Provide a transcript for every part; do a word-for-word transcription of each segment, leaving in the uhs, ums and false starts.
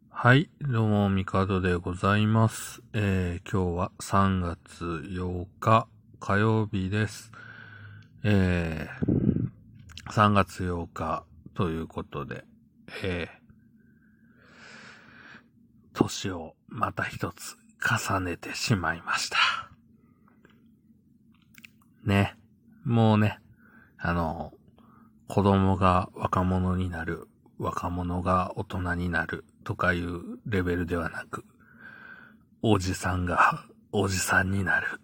はい、どうも、ミカドでございます。えー、今日はさんがつようか火曜日です。えー、さんがつようかということで、えー、年をまた一つ重ねてしまいました。ね。もうね、あの、子供が若者になる、若者が大人になるとかいうレベルではなく、おじさんがおじさんになる。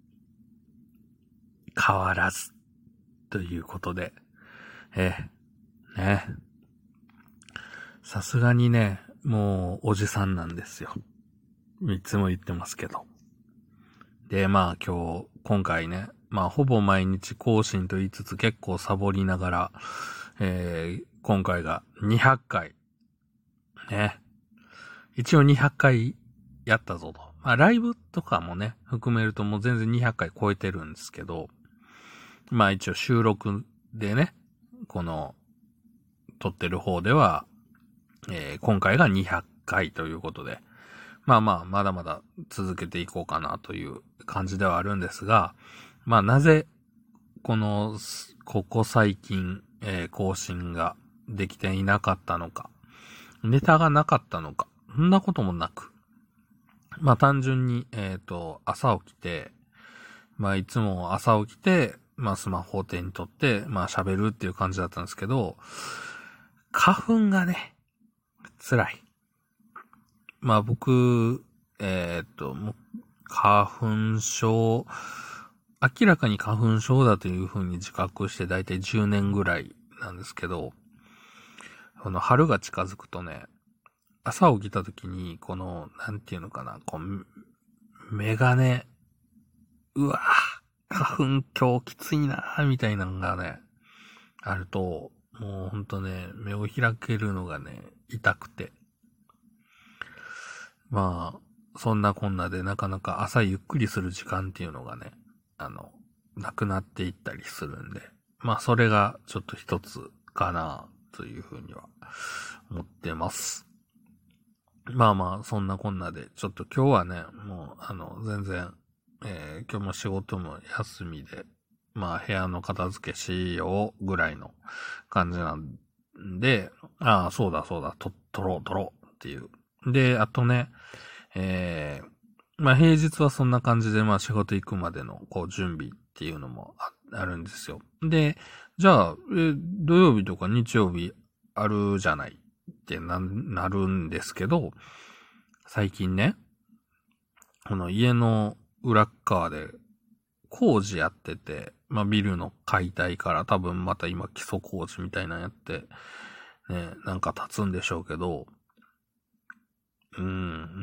変わらず。ということで。ええ、ね。さすがにね、もうおじさんなんですよ。いつも言ってますけど。で、まあ今日、今回ね、まあほぼ毎日更新と言いつつ結構サボりながら、えー、今回がにひゃっかい。ね。一応にひゃっかいやったぞと。まあライブとかもね、含めるともう全然にひゃっかい超えてるんですけど、まあ一応収録でね、この、撮ってる方では、えー、今回がにひゃっかいということで、まあまあ、まだまだ続けていこうかなという感じではあるんですが、まあなぜ、この、ここ最近、えー、更新ができていなかったのか、ネタがなかったのか、そんなこともなく、まあ単純に、えっと、朝起きて、まあいつも朝起きて、まあスマホを手に取って、まあ喋るっていう感じだったんですけど、花粉がね、辛い。まあ僕、えーっと、もう花粉症、明らかに花粉症だというふうに自覚してだいたいじゅうねんぐらいなんですけど、この春が近づくとね、朝起きた時に、この、なんていうのかな、こう、目がね、うわぁ、花粉今日きついなぁ、みたいなのがね、あると、もうほんとね、目を開けるのがね、痛くて。まあ、そんなこんなでなかなか朝ゆっくりする時間っていうのがね、あの、なくなっていったりするんで、まあそれがちょっと一つかなというふうには思ってます。まあまあ、そんなこんなで、ちょっと今日はね、もう、あの、全然、えー、今日も仕事も休みで、まあ部屋の片付けしようぐらいの感じなんで、ああ、そうだそうだ、と、取ろう取ろうっていう。で、あとね、えー、まあ平日はそんな感じで、まあ仕事行くまでの、こう、準備っていうのも あ, あるんですよ。で、じゃあ、え土曜日とか日曜日あるじゃないってな、なるんですけど、最近ね、この家の裏っ側で工事やってて、まあビルの解体から多分また今基礎工事みたいなのやって、ね、なんか立つんでしょうけど、うん。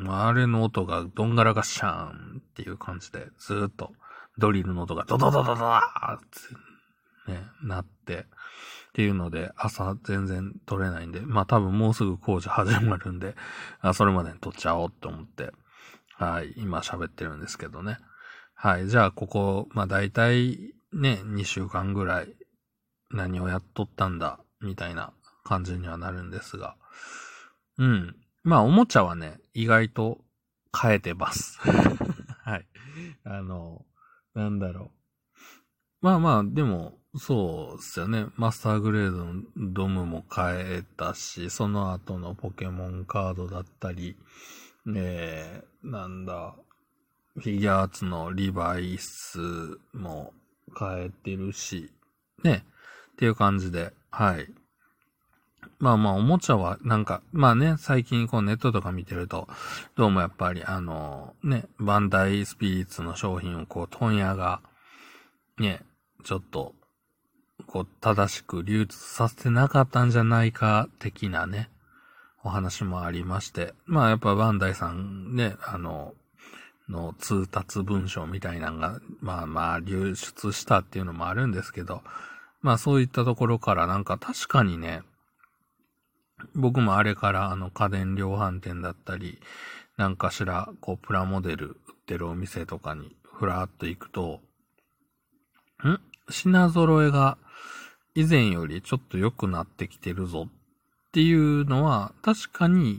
あれの音がどんがらがシャーンっていう感じで、ずーっとドリルの音がドドドドドーってね、なって、っていうので朝全然撮れないんで、まあ多分もうすぐ工事始まるんで、あそれまでに撮っちゃおうって思って、はい、今喋ってるんですけどね。はい、じゃあここ、まあ大体ね、にしゅうかんぐらい何をやっとったんだ、みたいな感じにはなるんですが、うん。まあ、おもちゃはね、意外と変えてます。はい。あの、なんだろう。まあまあ、でも、そうですよね。マスターグレードのドムも変えたし、その後のポケモンカードだったり、えー、なんだ、フィギュアーツのリバイスも変えてるし、ね、っていう感じで、はい。まあまあ、おもちゃは、なんか、まあね、最近こうネットとか見てると、どうもやっぱりあの、ね、バンダイスピリッツの商品をこう、問屋が、ね、ちょっと、こう、正しく流通させてなかったんじゃないか、的なね、お話もありまして、まあやっぱバンダイさんね、あの、の通達文章みたいなのが、まあまあ流出したっていうのもあるんですけど、まあそういったところからなんか確かにね、僕もあれからあの家電量販店だったり、なんかしらこうプラモデル売ってるお店とかにふらーっと行くと、ん品揃えが以前よりちょっと良くなってきてるぞっていうのは確かに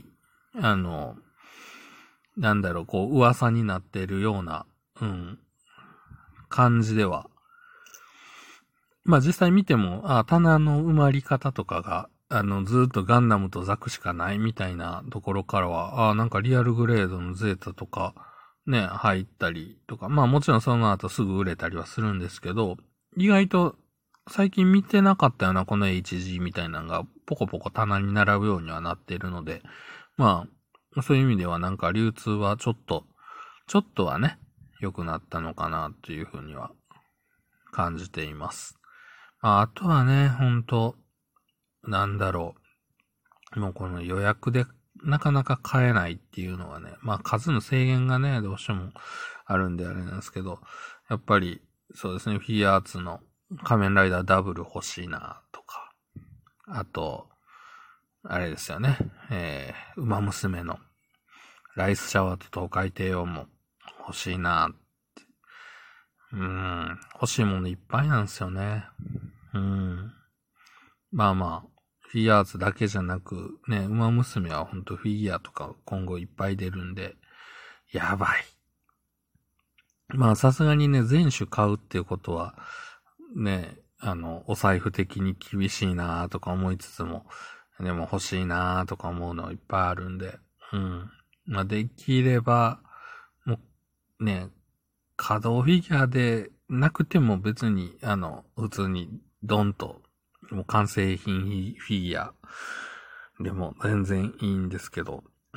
あの、なんだろう、こう、噂になっているような、うん、感じでは。まあ実際見ても、あ、棚の埋まり方とかが、あの、ずーっとガンダムとザクしかないみたいなところからは、あ、なんかリアルグレードのゼータとか、ね、入ったりとか、まあもちろんその後すぐ売れたりはするんですけど、意外と最近見てなかったようなこの エイチジー みたいなのがポコポコ棚に並ぶようにはなっているので、まあ、そういう意味ではなんか流通はちょっと、ちょっとはね、良くなったのかなというふうには感じています。まあ、あとはね、ほんと、なんだろう。もうこの予約でなかなか買えないっていうのはね、まあ数の制限がね、どうしてもあるんであれなんですけど、やっぱりそうですね、フィギュアーツの仮面ライダーダブル欲しいなとか、あと、あれですよね、えー、馬娘のライスシャワーと東海帝王も欲しいなって。うーん、欲しいものいっぱいなんですよね。うん。まあまあ、フィギュアーツだけじゃなく、ね、馬娘はほんとフィギュアとか今後いっぱい出るんで、やばい。まあさすがにね、全種買うっていうことは、ね、あの、お財布的に厳しいなとか思いつつも、でも欲しいなとか思うのいっぱいあるんで、うん。まあできれば、もう、ね、稼働フィギュアでなくても別に、あの、普通にドンと、もう完成品フィギュアでも全然いいんですけど、うん、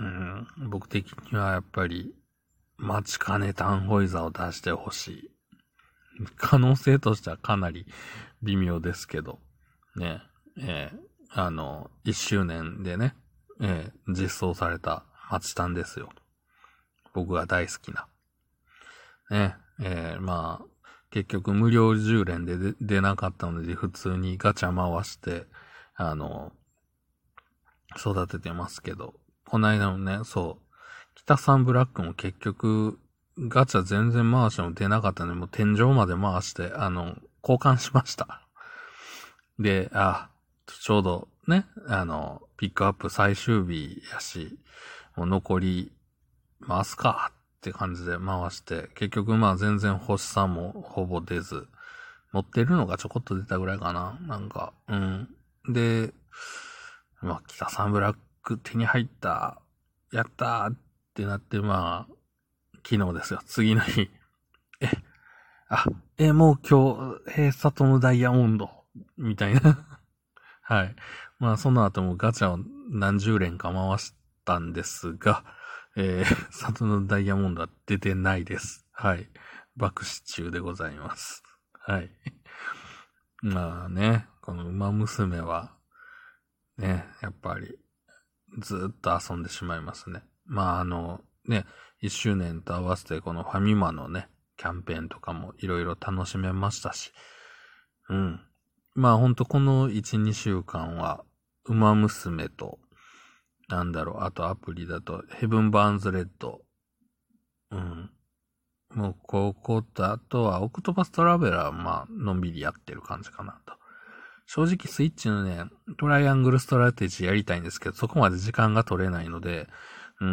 僕的にはやっぱり、待ちかねタンホイザーを出してほしい。可能性としてはかなり微妙ですけど、ね、えー、あの、一周年でね、えー、実装されたマチタンですよ。僕が大好きな。ね、えー、まあ、結局無料じゅう連で出出なかったので、普通にガチャ回して、あの、育ててますけど、この間もね、そう、北サンブラックも結局、ガチャ全然回しても出なかったので、もう天井まで回して、あの、交換しました。で、あ、ちょうどね、あの、ピックアップ最終日やし、もう残り、回すかって感じで回して、結局まあ全然星さもほぼ出ず、持ってるのがちょこっと出たぐらいかな。なんか、うん。で、まあ、北サンブラック手に入った、やったーってなって、まあ、昨日ですよ。次の日。え、あ、え、もう今日、えー、サトムダイヤモンド、みたいな。はい。まあ、その後もガチャを何十連か回したんですが、えー、サトムダイヤモンドは出てないです。はい。爆死中でございます。はい。まあね、この馬娘は、ね、やっぱり、ずーっと遊んでしまいますね。まああの、ね、いっしゅうねんと合わせてこのファミマのね、キャンペーンとかもいろいろ楽しめましたし、うん。まあほんとこのいち、にしゅうかんは、馬娘と、なんだろう、あとアプリだと、ヘブンバーンズレッド、うん。もうこことあとは、オクトパストラベラーはまあ、のんびりやってる感じかなと。正直スイッチのね、トライアングルストラテジーやりたいんですけど、そこまで時間が取れないので、うん。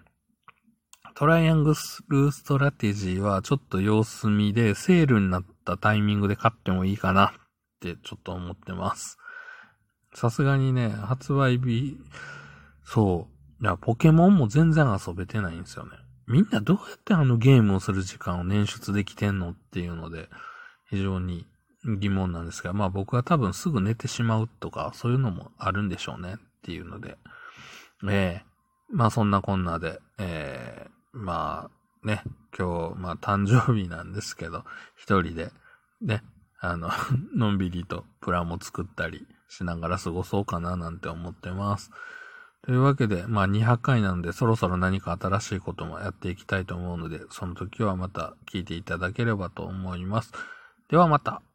トライアングルストラテジーはちょっと様子見で、セールになったタイミングで買ってもいいかなってちょっと思ってます。さすがにね、発売日、そう。いや、ポケモンも全然遊べてないんですよね。みんなどうやってあのゲームをする時間を捻出できてんのっていうので、非常に疑問なんですが、まあ僕は多分すぐ寝てしまうとか、そういうのもあるんでしょうねっていうので、ええー、まあそんなこんなで、ええー、まあね、今日、まあ誕生日なんですけど、一人で、ね、あの、のんびりとプラモ作ったりしながら過ごそうかななんて思ってます。というわけで、まあにひゃっかいなのでそろそろ何か新しいこともやっていきたいと思うので、その時はまた聞いていただければと思います。ではまた。